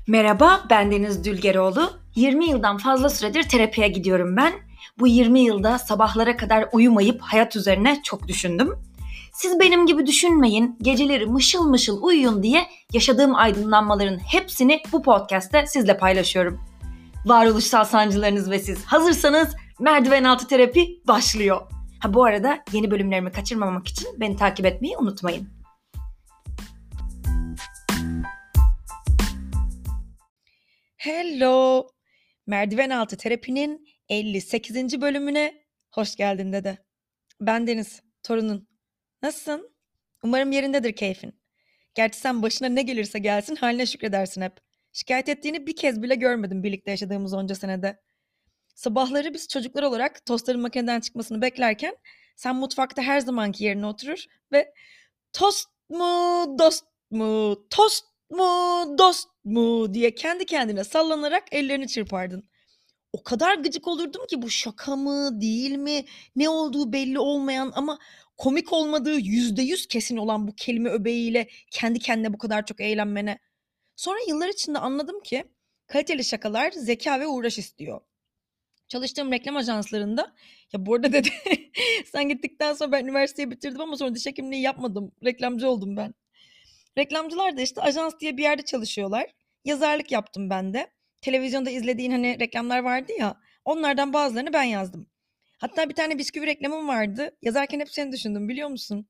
Merhaba, ben Deniz Dülgeroğlu. 20 yıldan fazla süredir terapiye gidiyorum ben. Bu 20 yılda sabahlara kadar uyumayıp hayat üzerine çok düşündüm. Siz benim gibi düşünmeyin, geceleri mışıl mışıl uyuyun diye yaşadığım aydınlanmaların hepsini bu podcast'te sizle paylaşıyorum. Varoluşsal sancılarınız ve siz hazırsanız merdiven altı terapi başlıyor. Bu arada yeni bölümlerimi kaçırmamak için beni takip etmeyi unutmayın. Hello! Merdiven altı terapinin 58. bölümüne hoş geldin dede. Ben Deniz, torunun. Nasılsın? Umarım yerindedir keyfin. Gerçi sen başına ne gelirse gelsin haline şükredersin hep. Şikayet ettiğini bir kez bile görmedim birlikte yaşadığımız onca senede. Sabahları biz çocuklar olarak tostların makineden çıkmasını beklerken sen mutfakta her zamanki yerine oturur ve tost mu dost mu tost mu dost mu diye kendi kendine sallanarak ellerini çırpardın. O kadar gıcık olurdum ki bu şaka mı değil mi ne olduğu belli olmayan ama komik olmadığı %100 kesin olan bu kelime öbeğiyle kendi kendine bu kadar çok eğlenmene. Sonra yıllar içinde anladım ki kaliteli şakalar zeka ve uğraş istiyor. Çalıştığım reklam ajanslarında ya bu arada dedi sen gittikten sonra ben üniversiteyi bitirdim ama sonra diş hekimliği yapmadım. Reklamcı oldum ben. Reklamcılar da işte ajans diye bir yerde çalışıyorlar. Yazarlık yaptım ben de. Televizyonda izlediğin hani reklamlar vardı ya. Onlardan bazılarını ben yazdım. Hatta bir tane bisküvi reklamım vardı. Yazarken hep seni düşündüm biliyor musun?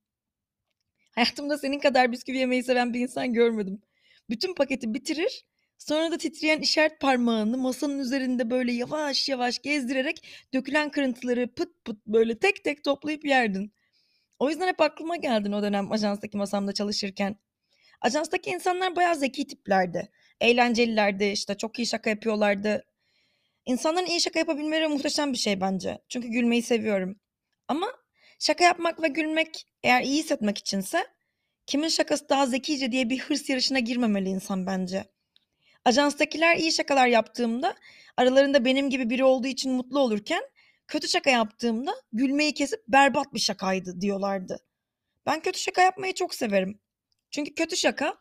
Hayatımda senin kadar bisküvi yemeyi seven bir insan görmedim. Bütün paketi bitirir, sonra da titreyen işaret parmağını masanın üzerinde böyle yavaş yavaş gezdirerek dökülen kırıntıları pıt pıt böyle tek tek toplayıp yerdin. O yüzden hep aklıma geldin o dönem ajanstaki masamda çalışırken. Ajanstaki insanlar bayağı zeki tiplerdi. Eğlencelilerdi, işte çok iyi şaka yapıyorlardı. İnsanların iyi şaka yapabilmeleri muhteşem bir şey bence. Çünkü gülmeyi seviyorum. Ama şaka yapmak ve gülmek eğer iyi hissetmek içinse kimin şakası daha zekice diye bir hırs yarışına girmemeli insan bence. Ajanstakiler iyi şakalar yaptığımda aralarında benim gibi biri olduğu için mutlu olurken kötü şaka yaptığımda gülmeyi kesip berbat bir şakaydı diyorlardı. Ben kötü şaka yapmayı çok severim. Çünkü kötü şaka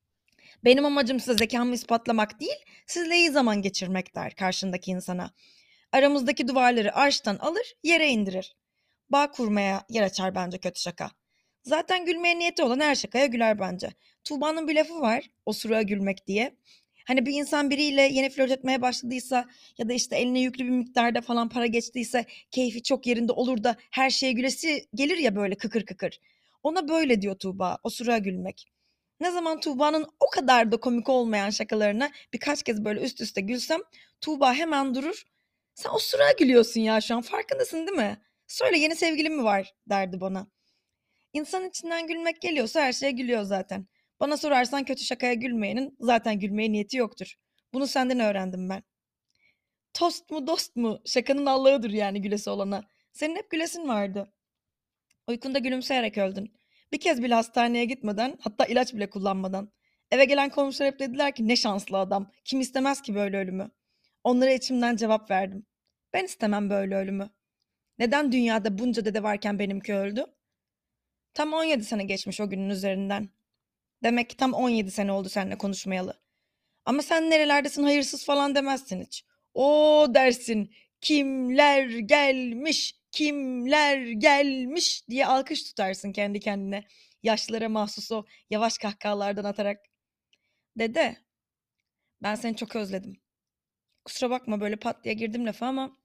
benim amacım size zekamı ispatlamak değil, sizle iyi zaman geçirmek der karşındaki insana. Aramızdaki duvarları arştan alır, yere indirir. Bağ kurmaya yer açar bence kötü şaka. Zaten gülmeye niyeti olan her şakaya güler bence. Tuğba'nın bir lafı var, osuruğa gülmek diye. Hani bir insan biriyle yeni flört etmeye başladıysa ya da işte eline yüklü bir miktarda falan para geçtiyse keyfi çok yerinde olur da her şeye gülesi gelir ya böyle kıkır kıkır. Ona böyle diyor Tuğba, osuruğa gülmek. Ne zaman Tuğba'nın o kadar da komik olmayan şakalarına birkaç kez böyle üst üste gülsem Tuğba hemen durur. Sen o sıra gülüyorsun ya şu an farkındasın değil mi? Söyle yeni sevgilin mi var derdi bana. İnsan içinden gülmek geliyorsa her şeye gülüyor zaten. Bana sorarsan kötü şakaya gülmeyenin zaten gülmeye niyeti yoktur. Bunu senden öğrendim ben. Tost mu dost mu? Şakanın Allah'ıdır yani gülesi olana. Senin hep gülesin vardı. Uykunda gülümseyerek öldün. Bir kez bile hastaneye gitmeden, hatta ilaç bile kullanmadan. Eve gelen komşular hep dediler ki ne şanslı adam. Kim istemez ki böyle ölümü? Onlara içimden cevap verdim. Ben istemem böyle ölümü. Neden dünyada bunca dede varken benimki öldü? Tam 17 sene geçmiş o günün üzerinden. Demek ki tam 17 sene oldu seninle konuşmayalı. Ama sen nerelerdesin hayırsız falan demezsin hiç. O dersin kimler gelmiş, kimler gelmiş diye alkış tutarsın kendi kendine. Yaşlılara mahsus o yavaş kahkahalardan atarak. Dede, ben seni çok özledim. Kusura bakma böyle pat diye girdim lafa ama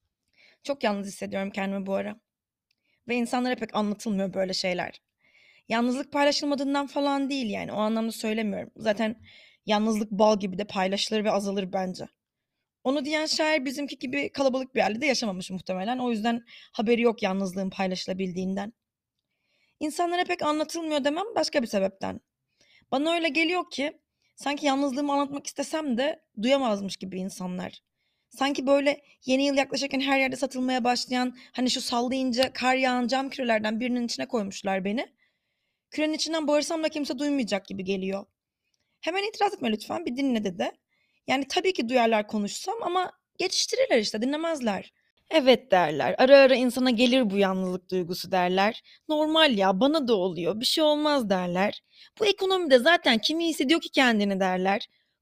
çok yalnız hissediyorum kendimi bu ara. Ve insanlara pek anlatılmıyor böyle şeyler. Yalnızlık paylaşılmadığından falan değil yani o anlamda söylemiyorum. Zaten yalnızlık bal gibi de paylaşılır ve azalır bence. Onu diyen şair bizimki gibi kalabalık bir yerde yaşamamış muhtemelen. O yüzden haberi yok yalnızlığın paylaşılabildiğinden. İnsanlara pek anlatılmıyor demem başka bir sebepten. Bana öyle geliyor ki sanki yalnızlığımı anlatmak istesem de duyamazmış gibi insanlar. Sanki böyle yeni yıl yaklaşırken her yerde satılmaya başlayan hani şu sallayınca kar yağan cam kürelerden birinin içine koymuşlar beni. Kürenin içinden bağırsam da kimse duymayacak gibi geliyor. Hemen itiraz etme lütfen bir dinle dedi. Yani tabii ki duyarlar konuşsam ama geçiştirirler işte dinlemezler. Evet derler. Ara ara insana gelir bu yalnızlık duygusu derler. Normal ya bana da oluyor. Bir şey olmaz derler. Bu ekonomide zaten kimi hissediyor ki kendini derler.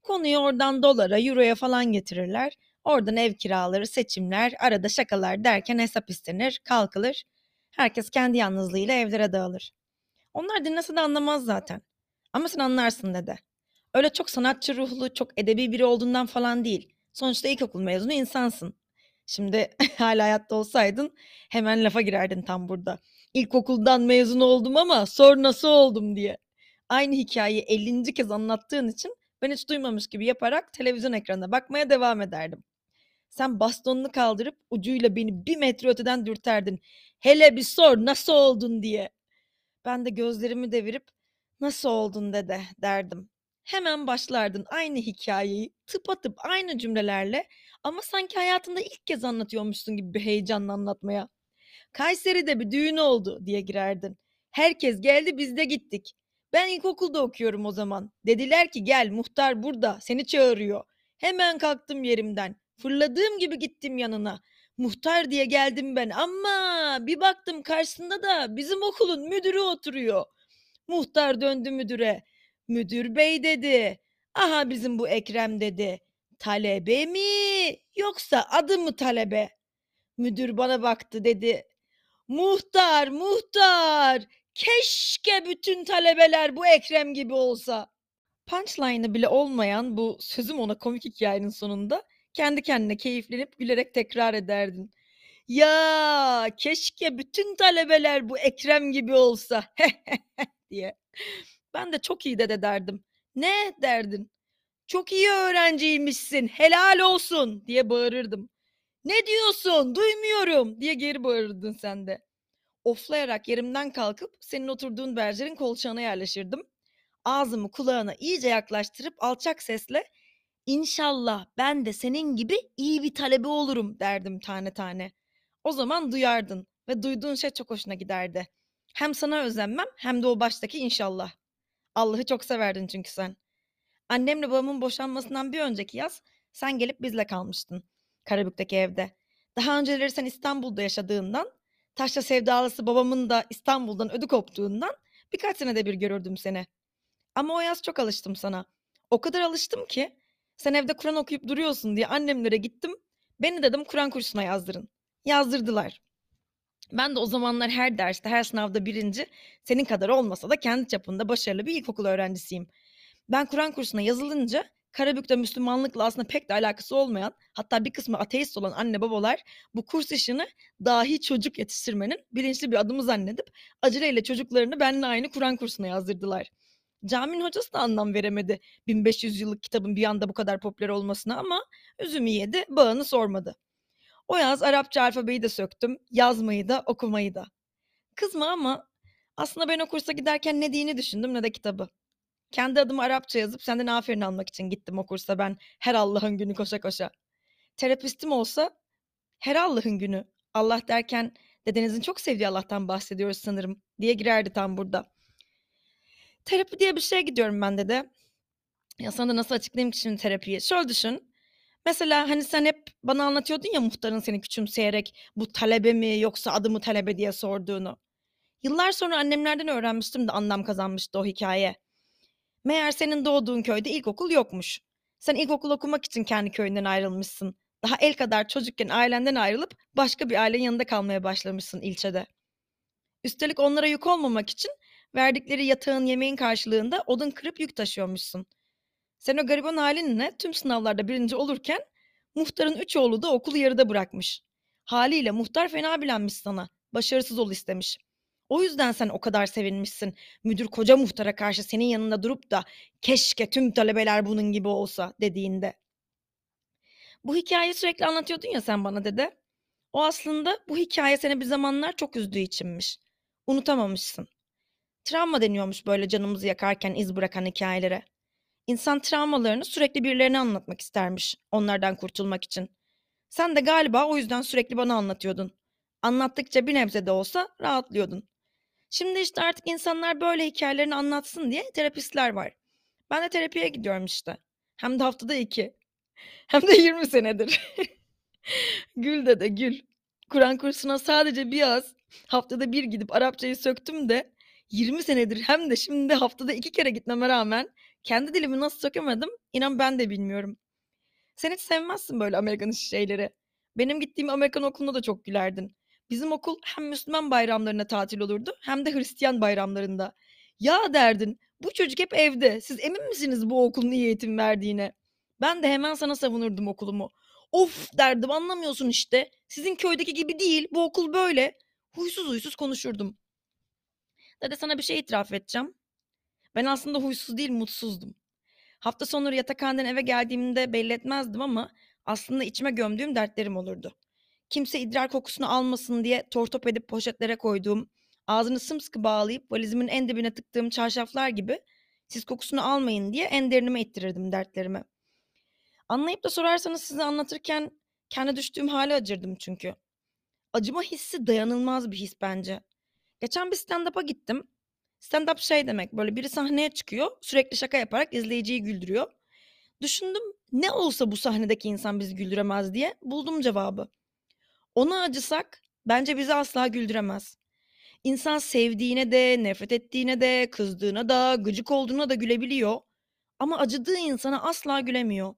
Konuyu oradan dolara, euroya falan getirirler. Oradan ev kiraları, seçimler, arada şakalar derken hesap istenir, kalkılır. Herkes kendi yalnızlığıyla evlere dağılır. Onlar dinlese de anlamaz zaten. Ama sen anlarsın dedi. Öyle çok sanatçı ruhlu, çok edebi biri olduğundan falan değil. Sonuçta ilkokul mezunu insansın. Şimdi hala hayatta olsaydın hemen lafa girerdin tam burada. İlkokuldan mezun oldum ama sor nasıl oldum diye. Aynı hikayeyi 50. kez anlattığın için ben hiç duymamış gibi yaparak televizyon ekranına bakmaya devam ederdim. Sen bastonunu kaldırıp ucuyla beni 1 metre öteden dürterdin. Hele bir sor nasıl oldun diye. Ben de gözlerimi devirip nasıl oldun dede derdim. Hemen başlardın aynı hikayeyi tıpatıp aynı cümlelerle ama sanki hayatında ilk kez anlatıyormuşsun gibi bir heyecanla anlatmaya. Kayseri'de bir düğün oldu diye girerdin. Herkes geldi biz de gittik. Ben ilkokulda okuyorum o zaman. Dediler ki gel muhtar burada seni çağırıyor. Hemen kalktım yerimden. Fırladığım gibi gittim yanına. Muhtar diye geldim ben ama bir baktım karşısında da bizim okulun müdürü oturuyor. Muhtar döndü müdüre. Müdür bey dedi. Aha bizim bu Ekrem dedi. Talebe mi yoksa adı mı talebe? Müdür bana baktı dedi. Muhtar, muhtar. Keşke bütün talebeler bu Ekrem gibi olsa. Punchline'ı bile olmayan bu sözüm ona komik hikayenin sonunda kendi kendine keyiflenip gülerek tekrar ederdin. Ya keşke bütün talebeler bu Ekrem gibi olsa diye. Ben de çok iyi dede derdim. Ne derdin? Çok iyi öğrenciymişsin, helal olsun diye bağırırdım. Ne diyorsun, duymuyorum diye geri bağırırdın sen de. Oflayarak yerimden kalkıp senin oturduğun bercerin kolçağına yerleşirdim. Ağzımı kulağına iyice yaklaştırıp alçak sesle İnşallah ben de senin gibi iyi bir talebe olurum derdim tane tane. O zaman duyardın ve duyduğun şey çok hoşuna giderdi. Hem sana özenmem hem de o baştaki inşallah. Allah'ı çok severdin çünkü sen. Annemle babamın boşanmasından bir önceki yaz sen gelip bizle kalmıştın. Karabük'teki evde. Daha önceleri sen İstanbul'da yaşadığından, taşra sevdalısı babamın da İstanbul'dan ödü koptuğundan birkaç senede bir görürdüm seni. Ama o yaz çok alıştım sana. O kadar alıştım ki sen evde Kur'an okuyup duruyorsun diye annemlere gittim. Beni dedim Kur'an kursuna yazdırın. Yazdırdılar. Ben de o zamanlar her derste, her sınavda birinci, senin kadar olmasa da kendi çapında başarılı bir ilkokul öğrencisiyim. Ben Kur'an kursuna yazılınca Karabük'te Müslümanlıkla aslında pek de alakası olmayan, hatta bir kısmı ateist olan anne babalar bu kurs işini dahi çocuk yetiştirmenin bilinçli bir adımı zannedip aceleyle çocuklarını benimle aynı Kur'an kursuna yazdırdılar. Caminin hocası da anlam veremedi 1500 yıllık kitabın bir anda bu kadar popüler olmasına ama üzümü yedi, bağını sormadı. O yaz Arapça alfabeyi de söktüm, yazmayı da okumayı da. Kızma ama aslında ben o kursa giderken ne dini düşündüm ne de kitabı. Kendi adımı Arapça yazıp senden aferin almak için gittim o kursa ben her Allah'ın günü koşa koşa. Terapistim olsa her Allah'ın günü. Allah derken dedenizin çok sevdiği Allah'tan bahsediyoruz sanırım diye girerdi tam burada. Terapi diye bir şeye gidiyorum ben dede. Ya sana da nasıl açıklayayım ki şimdi terapiyi? Şöyle düşün. Mesela hani sen hep bana anlatıyordun ya muhtarın seni küçümseyerek bu talebe mi yoksa adı mı talebe diye sorduğunu. Yıllar sonra annemlerden öğrenmiştim de anlam kazanmıştı o hikaye. Meğer senin doğduğun köyde ilkokul yokmuş. Sen ilkokul okumak için kendi köyünden ayrılmışsın. Daha el kadar çocukken ailenden ayrılıp başka bir ailenin yanında kalmaya başlamışsın ilçede. Üstelik onlara yük olmamak için verdikleri yatağın yemeğin karşılığında odun kırıp yük taşıyormuşsun. Sen o gariban halinle tüm sınavlarda birinci olurken muhtarın 3 oğlu da okulu yarıda bırakmış. Haliyle muhtar fena bilenmiş sana. Başarısız ol istemiş. O yüzden sen o kadar sevinmişsin. Müdür koca muhtara karşı senin yanında durup da keşke tüm talebeler bunun gibi olsa dediğinde. Bu hikayeyi sürekli anlatıyordun ya sen bana dede. O aslında bu hikaye seni bir zamanlar çok üzdüğü içinmiş. Unutamamışsın. Travma deniyormuş böyle canımızı yakarken iz bırakan hikayelere. İnsan travmalarını sürekli birilerine anlatmak istermiş, onlardan kurtulmak için. Sen de galiba o yüzden sürekli bana anlatıyordun. Anlattıkça bir nebze de olsa rahatlıyordun. Şimdi işte artık insanlar böyle hikayelerini anlatsın diye terapistler var. Ben de terapiye gidiyorum işte. Hem de haftada 2. Hem de 20 senedir. Gül dede gül. Kur'an kursuna sadece bir yaz, haftada bir gidip Arapçayı söktüm de 20 senedir hem de şimdi haftada 2 kere gitmeme rağmen Kendi dilimi nasıl sökemedim, inan ben de bilmiyorum. Sen hiç sevmezsin böyle Amerikan işi şeyleri. Benim gittiğim Amerikan okulunda da çok gülerdin. Bizim okul hem Müslüman bayramlarında tatil olurdu hem de Hristiyan bayramlarında. Ya derdin, bu çocuk hep evde. Siz emin misiniz bu okulun iyi eğitim verdiğine? Ben de hemen sana savunurdum okulumu. Of derdim, anlamıyorsun işte. Sizin köydeki gibi değil, bu okul böyle. Huysuz huysuz konuşurdum. Dede, sana bir şey itiraf edeceğim. Ben aslında huysuz değil, mutsuzdum. Hafta sonları yatakhaneden eve geldiğimde belli etmezdim ama aslında içime gömdüğüm dertlerim olurdu. Kimse idrar kokusunu almasın diye tortop edip poşetlere koyduğum, ağzını sımsıkı bağlayıp valizimin en dibine tıktığım çarşaflar gibi siz kokusunu almayın diye en derinime ittirirdim dertlerimi. Anlayıp da sorarsanız size anlatırken kendi düştüğüm hale acırdım çünkü. Acıma hissi dayanılmaz bir his bence. Geçen bir stand-up'a gittim. Stand-up şey demek, böyle biri sahneye çıkıyor, sürekli şaka yaparak izleyiciyi güldürüyor. Düşündüm, ne olsa bu sahnedeki insan bizi güldüremez diye buldum cevabı. Ona acısak bence bizi asla güldüremez. İnsan sevdiğine de, nefret ettiğine de, kızdığına da, gıcık olduğuna da gülebiliyor. Ama acıdığı insana asla gülemiyor.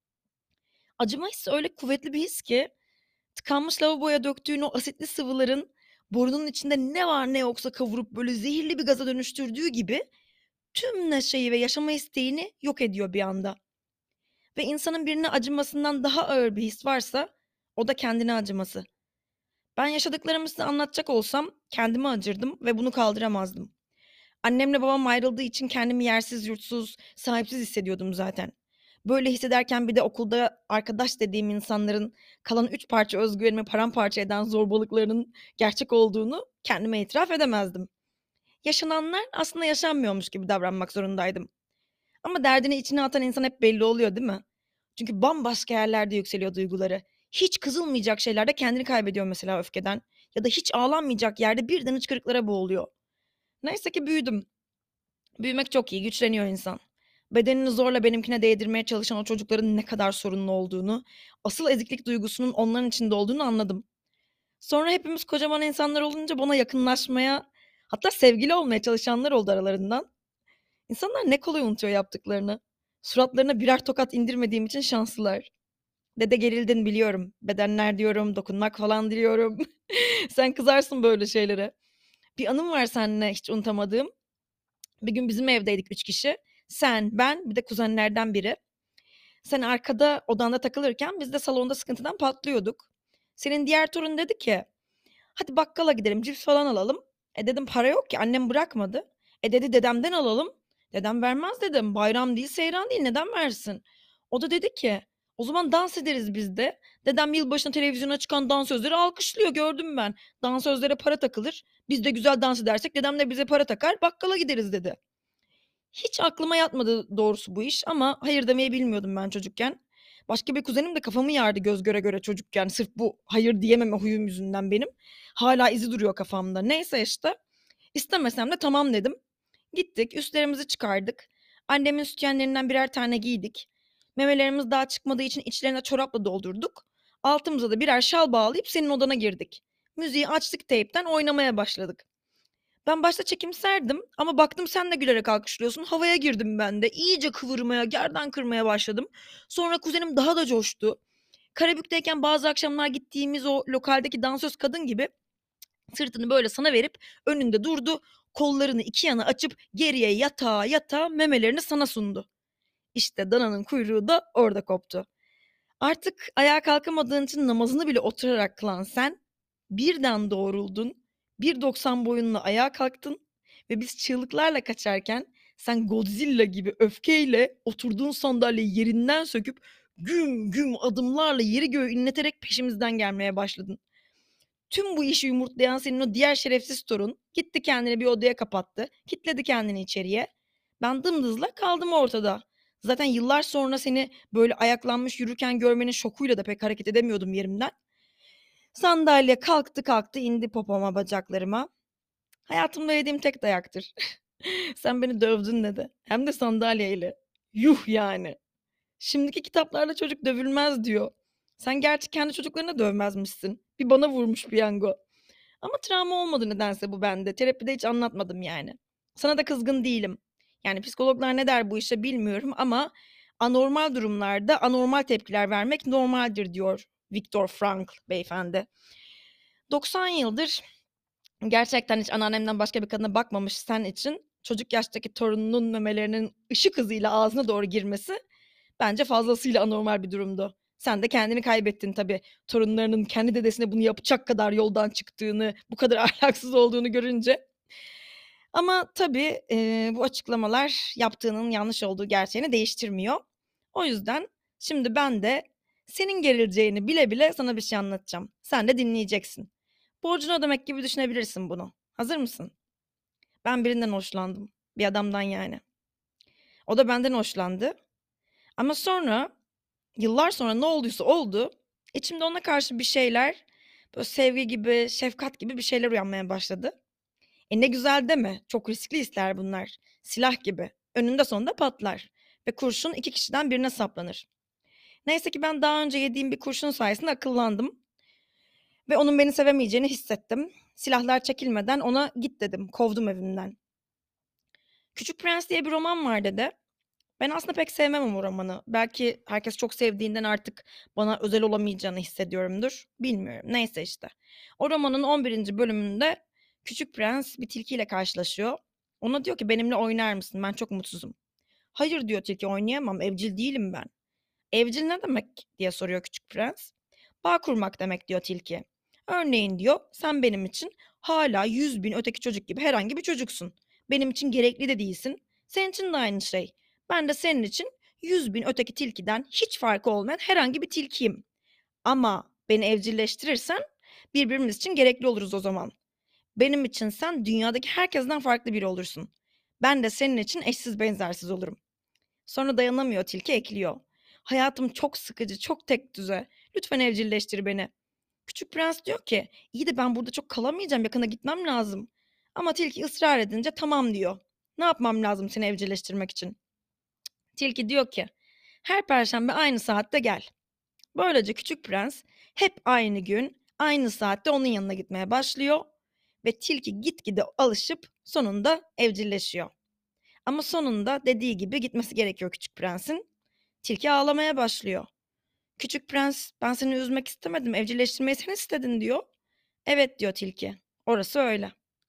Acıma hissi öyle kuvvetli bir his ki tıkanmış lavaboya döktüğün o asitli sıvıların borunun içinde ne var ne yoksa kavurup böyle zehirli bir gaza dönüştürdüğü gibi tüm neşeyi ve yaşama isteğini yok ediyor bir anda. Ve insanın birine acımasından daha ağır bir his varsa o da kendine acıması. Ben yaşadıklarımı size anlatacak olsam kendime acırdım ve bunu kaldıramazdım. Annemle babam ayrıldığı için kendimi yersiz, yurtsuz, sahipsiz hissediyordum zaten. Böyle hissederken bir de okulda arkadaş dediğim insanların kalan 3 parça özgüvenimi paramparça eden zorbalıklarının gerçek olduğunu kendime itiraf edemezdim. Yaşananlar aslında yaşanmıyormuş gibi davranmak zorundaydım. Ama derdini içine atan insan hep belli oluyor, değil mi? Çünkü bambaşka yerlerde yükseliyor duyguları. Hiç kızılmayacak şeylerde kendini kaybediyor mesela öfkeden. Ya da hiç ağlanmayacak yerde birden hıçkırıklara boğuluyor. Neyse ki büyüdüm. Büyümek çok iyi, güçleniyor insan. Bedenini zorla benimkine değdirmeye çalışan o çocukların ne kadar sorunlu olduğunu, asıl eziklik duygusunun onların içinde olduğunu anladım. Sonra hepimiz kocaman insanlar olunca bana yakınlaşmaya, hatta sevgili olmaya çalışanlar oldu aralarından. İnsanlar ne kolay unutuyor yaptıklarını. Suratlarına birer tokat indirmediğim için şanslılar. Dede, gerildin biliyorum. Bedenler diyorum, dokunmak falan diyorum. Sen kızarsın böyle şeylere. Bir anım var seninle hiç unutamadığım. Bir gün bizim evdeydik 3 kişi. Sen, ben, bir de kuzenlerden biri. Sen arkada odanda takılırken biz de salonda sıkıntıdan patlıyorduk. Senin diğer torun dedi ki, hadi bakkala gidelim, cips falan alalım. Dedim para yok ki, annem bırakmadı. Dedi dedemden alalım. Dedem vermez dedim. Bayram değil, seyran değil, neden versin? O da dedi ki, o zaman dans ederiz biz de. Dedem yılbaşına televizyona çıkan dansözleri alkışlıyor, gördüm ben. Dansözlere para takılır. Biz de güzel dans edersek dedem de bize para takar, bakkala gideriz dedi. Hiç aklıma yatmadı doğrusu bu iş ama hayır demeyi bilmiyordum ben çocukken. Başka bir kuzenim de kafamı yardı göz göre göre çocukken sırf bu hayır diyememe huyum yüzünden benim. Hala izi duruyor kafamda. Neyse işte istemesem de tamam dedim. Gittik, üstlerimizi çıkardık. Annemin sütyenlerinden birer tane giydik. Memelerimiz daha çıkmadığı için içlerine çorapla doldurduk. Altımıza da birer şal bağlayıp senin odana girdik. Müziği açtık teypten, oynamaya başladık. Ben başta çekimserdim ama baktım sen de gülerek alkışlıyorsun. Havaya girdim ben de. İyice kıvırmaya, gerdan kırmaya başladım. Sonra kuzenim daha da coştu. Karabük'teyken bazı akşamlar gittiğimiz o lokaldeki dansöz kadın gibi sırtını böyle sana verip önünde durdu. Kollarını iki yana açıp geriye yatağa yatağa memelerini sana sundu. İşte dananın kuyruğu da orada koptu. Artık ayağa kalkamadığın için namazını bile oturarak kılan sen birden doğruldun. 1,90 boyunla ayağa kalktın ve biz çığlıklarla kaçarken sen Godzilla gibi öfkeyle oturduğun sandalyeyi yerinden söküp güm güm adımlarla yeri göğü inleterek peşimizden gelmeye başladın. Tüm bu işi yumurtlayan senin o diğer şerefsiz torun gitti kendini bir odaya kapattı, kilitledi kendini içeriye. Ben dımdızlak kaldım ortada. Zaten yıllar sonra seni böyle ayaklanmış yürürken görmenin şokuyla da pek hareket edemiyordum yerimden. Sandalye kalktı kalktı indi popoma, bacaklarıma. Hayatımda yediğim tek dayaktır. Sen beni dövdün dedi. Hem de sandalyeyle. Yuh yani. Şimdiki kitaplarda çocuk dövülmez diyor. Sen gerçi kendi çocuklarına dövmezmişsin. Bir bana vurmuş piyango. Ama travma olmadı nedense bu bende. Terapide hiç anlatmadım yani. Sana da kızgın değilim. Yani psikologlar ne der bu işe bilmiyorum ama anormal durumlarda anormal tepkiler vermek normaldir diyor Viktor Frankl beyefendi. 90 yıldır gerçekten hiç anneannemden başka bir kadına bakmamış sen için çocuk yaştaki torununun memelerinin ışık hızıyla ağzına doğru girmesi bence fazlasıyla anormal bir durumdu. Sen de kendini kaybettin tabii. Torunlarının kendi dedesine bunu yapacak kadar yoldan çıktığını, bu kadar ahlaksız olduğunu görünce. Ama tabii, bu açıklamalar yaptığının yanlış olduğu gerçeğini değiştirmiyor. O yüzden şimdi ben de senin gerileceğini bile bile sana bir şey anlatacağım. Sen de dinleyeceksin. Borcunu ödemek gibi düşünebilirsin bunu. Hazır mısın? Ben birinden hoşlandım. Bir adamdan yani. O da benden hoşlandı. Ama sonra, yıllar sonra ne olduysa oldu, içimde ona karşı bir şeyler, böyle sevgi gibi, şefkat gibi bir şeyler uyanmaya başladı. Ne güzel değil mi? Çok riskli hisler bunlar. Silah gibi. Önünde sonunda patlar ve kurşun 2 kişiden birine saplanır. Neyse ki ben daha önce yediğim bir kurşun sayesinde akıllandım ve onun beni sevemeyeceğini hissettim. Silahlar çekilmeden ona git dedim, kovdum evimden. Küçük Prens diye bir roman var dedi. Ben aslında pek sevmem o romanı. Belki herkes çok sevdiğinden artık bana özel olamayacağını hissediyorumdur. Bilmiyorum. Neyse işte. O romanın 11. bölümünde Küçük Prens bir tilkiyle karşılaşıyor. Ona diyor ki benimle oynar mısın? Ben çok mutsuzum. Hayır diyor tilki oynayamam. Evcil değilim ben. Evcil ne demek diye soruyor Küçük Prens. Bağ kurmak demek diyor tilki. Örneğin diyor sen benim için hala 100.000 öteki çocuk gibi herhangi bir çocuksun. Benim için gerekli de değilsin. Senin için de aynı şey. Ben de senin için 100.000 öteki tilkiden hiç farkı olmayan herhangi bir tilkiyim. Ama beni evcilleştirirsen birbirimiz için gerekli oluruz o zaman. Benim için sen dünyadaki herkesten farklı biri olursun. Ben de senin için eşsiz benzersiz olurum. Sonra dayanamıyor tilki ekliyor. Hayatım çok sıkıcı, çok tek düze. Lütfen evcilleştir beni. Küçük Prens diyor ki, iyi de ben burada çok kalamayacağım, yakına gitmem lazım. Ama tilki ısrar edince tamam diyor. Ne yapmam lazım seni evcilleştirmek için? Tilki diyor ki, her perşembe aynı saatte gel. Böylece Küçük Prens hep aynı gün, aynı saatte onun yanına gitmeye başlıyor ve tilki gitgide alışıp sonunda evcilleşiyor. Ama sonunda dediği gibi gitmesi gerekiyor Küçük Prens'in. Tilki ağlamaya başlıyor. Küçük Prens, ben seni üzmek istemedim, evcilleştirmeyi sen istedin diyor. Evet diyor tilki. Orası öyle.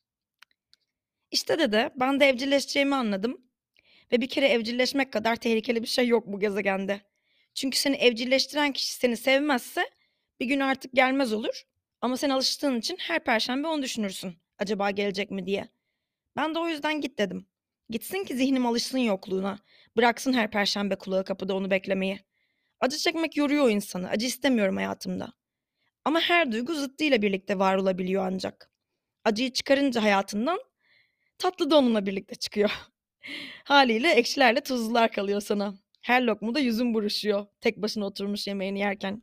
İşte dede, ben de evcilleşeceğimi anladım. Ve bir kere evcilleşmek kadar tehlikeli bir şey yok bu gezegende. Çünkü seni evcilleştiren kişi seni sevmezse bir gün artık gelmez olur. Ama sen alıştığın için her perşembe onu düşünürsün. Acaba gelecek mi diye. Ben de o yüzden git dedim. Gitsin ki zihnim alışsın yokluğuna. Bıraksın her perşembe kulağı kapıda onu beklemeyi. Acı çekmek yoruyor o insanı. Acı istemiyorum hayatımda. Ama her duygu zıttıyla birlikte var olabiliyor ancak. Acıyı çıkarınca hayatından tatlı da onunla birlikte çıkıyor. Haliyle ekşilerle tuzlular kalıyor sana. Her lokmada yüzün buruşuyor. Tek başına oturmuş yemeğini yerken.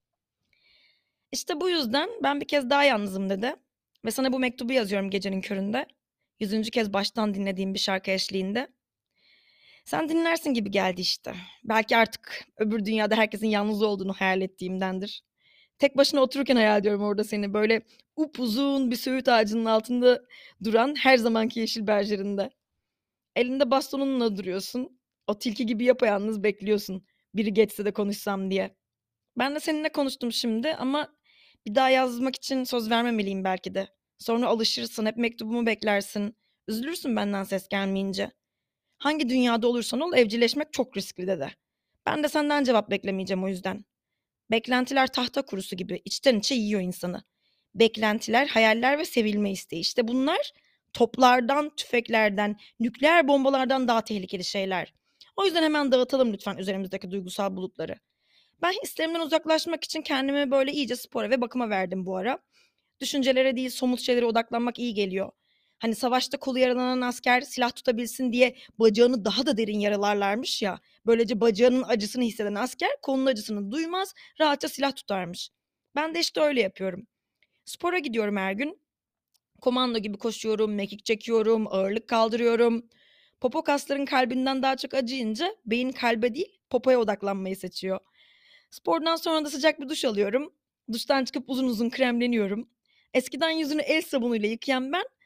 İşte bu yüzden ben bir kez daha yalnızım dedi. Ve sana bu mektubu yazıyorum gecenin köründe. 100. kez baştan dinlediğim bir şarkı eşliğinde. Sen dinlersin gibi geldi işte. Belki artık öbür dünyada herkesin yalnız olduğunu hayal ettiğimdendir. Tek başına otururken hayal ediyorum orada seni. Böyle upuzun bir söğüt ağacının altında duran her zamanki yeşil berjerinde. Elinde bastonunla duruyorsun. O tilki gibi yapayalnız bekliyorsun. Biri geçse de konuşsam diye. Ben de seninle konuştum şimdi ama bir daha yazmak için söz vermemeliyim belki de. Sonra alışırsın, hep mektubumu beklersin. Üzülürsün benden ses gelmeyince. Hangi dünyada olursan ol evcilleşmek çok riskli dedi. Ben de senden cevap beklemeyeceğim o yüzden. Beklentiler tahta kurusu gibi içten içe yiyor insanı. Beklentiler, hayaller ve sevilme isteği. İşte bunlar toplardan, tüfeklerden, nükleer bombalardan daha tehlikeli şeyler. O yüzden hemen dağıtalım lütfen üzerimizdeki duygusal bulutları. Ben hislerimden uzaklaşmak için kendimi böyle iyice spora ve bakıma verdim bu ara. Düşüncelere değil somut şeylere odaklanmak iyi geliyor. Hani savaşta kolu yaralanan asker silah tutabilsin diye bacağını daha da derin yaralarlarmış ya. Böylece bacağının acısını hisseden asker kolunun acısını duymaz, rahatça silah tutarmış. Ben de işte öyle yapıyorum. Spora gidiyorum her gün. Komando gibi koşuyorum, mekik çekiyorum, ağırlık kaldırıyorum. Popo kasların kalbinden daha çok acıyınca beyin kalbe değil popoya odaklanmayı seçiyor. Spordan sonra da sıcak bir duş alıyorum. Duştan çıkıp uzun uzun kremleniyorum. Eskiden yüzünü el sabunuyla yıkayan ben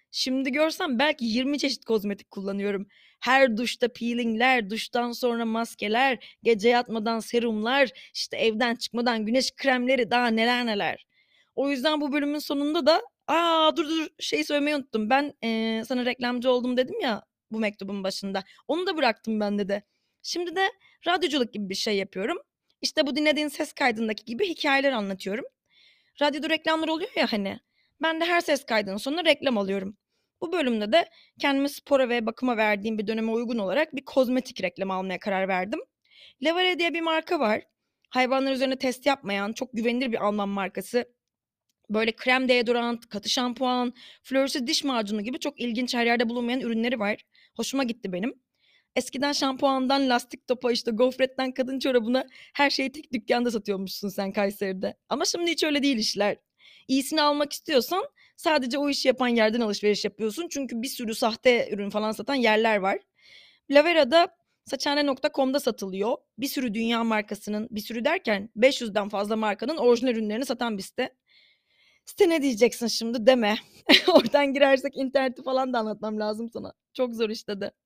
Şimdi görsem belki 20 çeşit kozmetik kullanıyorum. Her duşta peelingler, duştan sonra maskeler, gece yatmadan serumlar, işte evden çıkmadan güneş kremleri, daha neler neler. O yüzden bu bölümün sonunda da dur şey söylemeyi unuttum. Ben sana reklamcı oldum dedim ya bu mektubun başında. Onu da bıraktım bende de. Şimdi de radyoculuk gibi bir şey yapıyorum. İşte bu dinlediğin ses kaydındaki gibi hikayeler anlatıyorum. Radyoda reklamlar oluyor ya hani. Ben de her ses kaydının sonuna reklam alıyorum. Bu bölümde de kendimi spora ve bakıma verdiğim bir döneme uygun olarak bir kozmetik reklamı almaya karar verdim. Levare diye bir marka var. Hayvanlar üzerine test yapmayan çok güvenilir bir Alman markası. Böyle krem deodorant, katı şampuan, floresiz diş macunu gibi çok ilginç her yerde bulunmayan ürünleri var. Hoşuma gitti benim. Eskiden şampuandan lastik topa işte gofretten kadın çorabına her şeyi tek dükkanda satıyormuşsun sen Kayseri'de. Ama şimdi hiç öyle değil işler. İyisini almak istiyorsan sadece o işi yapan yerden alışveriş yapıyorsun. Çünkü bir sürü sahte ürün falan satan yerler var. Lavera'da saçhane.com'da satılıyor. Bir sürü dünya markasının, bir sürü derken 500'den fazla markanın orijinal ürünlerini satan bir site. Site ne diyeceksin şimdi deme. Oradan girersek interneti falan da anlatmam lazım sana. Çok zor işte de.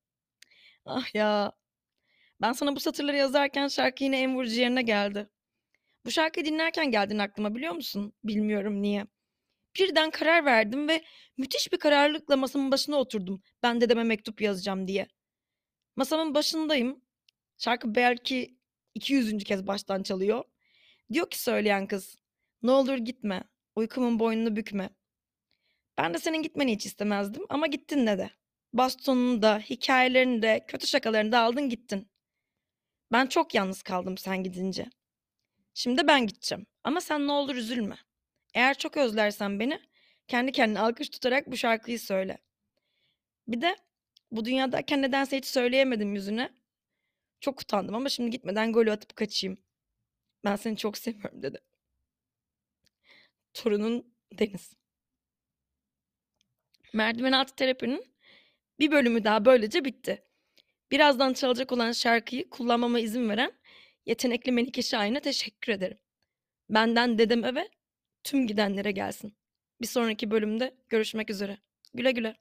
Ah ya. Ben sana bu satırları yazarken şarkı yine en vurucu yerine geldi. Bu şarkıyı dinlerken geldin aklıma biliyor musun? Bilmiyorum niye. Birden karar verdim ve müthiş bir kararlılıkla masamın başına oturdum. Ben dedeme mektup yazacağım diye. Masamın başındayım. Şarkı belki 200. kez baştan çalıyor. Diyor ki söyleyen kız, ne olur gitme, uykumun boynunu bükme. Ben de senin gitmeni hiç istemezdim ama gittin de. Bastonunu da, hikayelerini de, kötü şakalarını da aldın gittin. Ben çok yalnız kaldım sen gidince. Şimdi ben gideceğim ama sen ne olur üzülme. Eğer çok özlersen beni, kendi kendine alkış tutarak bu şarkıyı söyle. Bir de bu dünyadayken nedense hiç söyleyemedim yüzüne. Çok utandım ama şimdi gitmeden golü atıp kaçayım. Ben seni çok seviyorum dedi. Torunun Deniz. Merdiven altı terapinin bir bölümü daha böylece bitti. Birazdan çalacak olan şarkıyı kullanmama izin veren yetenekli Melike Şahin'e teşekkür ederim. Benden dedem eve, tüm gidenlere gelsin. Bir sonraki bölümde görüşmek üzere. Güle güle.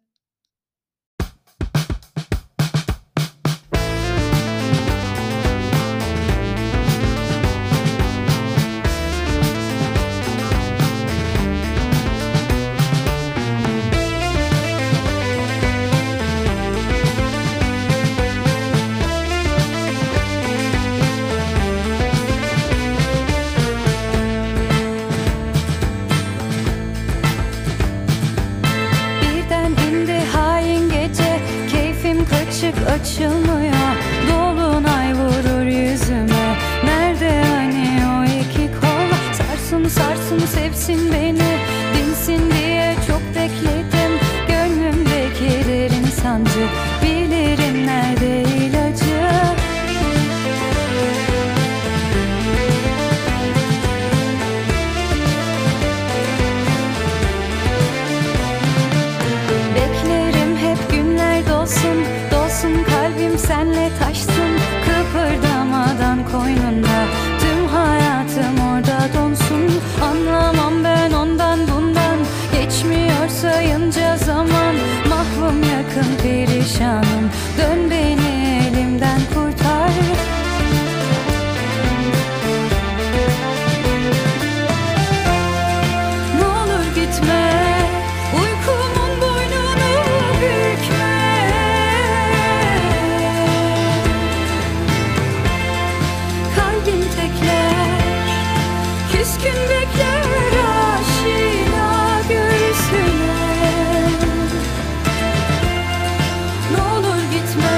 Açılmıyor, dolunay vurur yüzüme. Nerede hani o iki kol? Sarsın sarsın sevsin beni, dinsin diye çok bekledim. Gönlümdeki derin sancı, bilirim nerede ilacı. Beklerim hep günler dolsun, dolsun kalbim senle taşsın. Kıpırdamadan koynunda, tüm hayatım orada donsun. Anlamam ben ondan bundan, geçmiyor sayınca zaman. Mahvım yakın perişanım, dön beni elimden kurtar. Ne olur gitme, uykumun boynunu bükme. Kalbim tekler, küskün bekler aşina göğsüne. Ne olur gitme.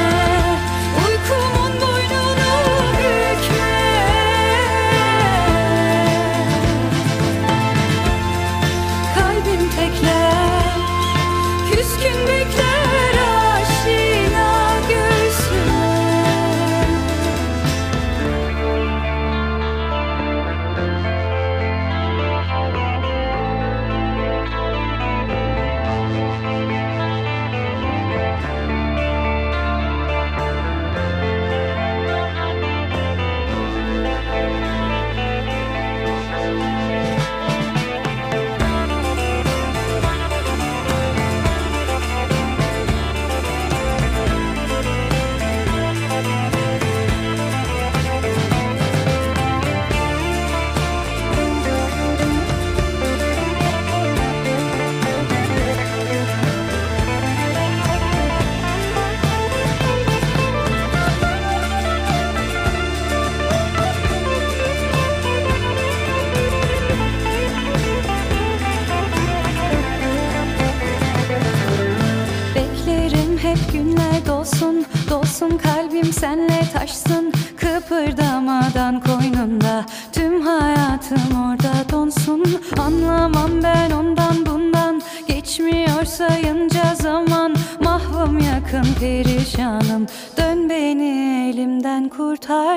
olsun kalbim senle taşsın, kıpırdamadan koynunda tüm hayatım orada donsun. Anlamam ben ondan bundan, geçmiyor sayınca zaman. Mahvım yakın perişanım, dön beni elimden kurtar.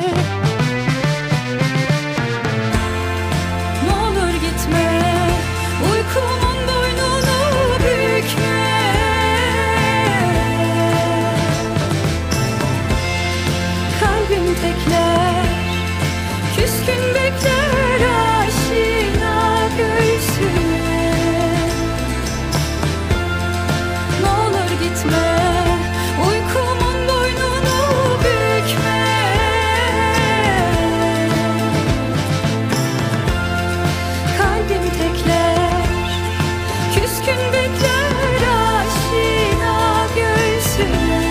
Ne olur gitme, uykumun boynunu bükme. Kalbim tekler, küskün bekler aşina göğsüne. Ne olur gitme, uykumun boynunu bükme. Kalbim tekler, küskün bekler aşina göğsüne.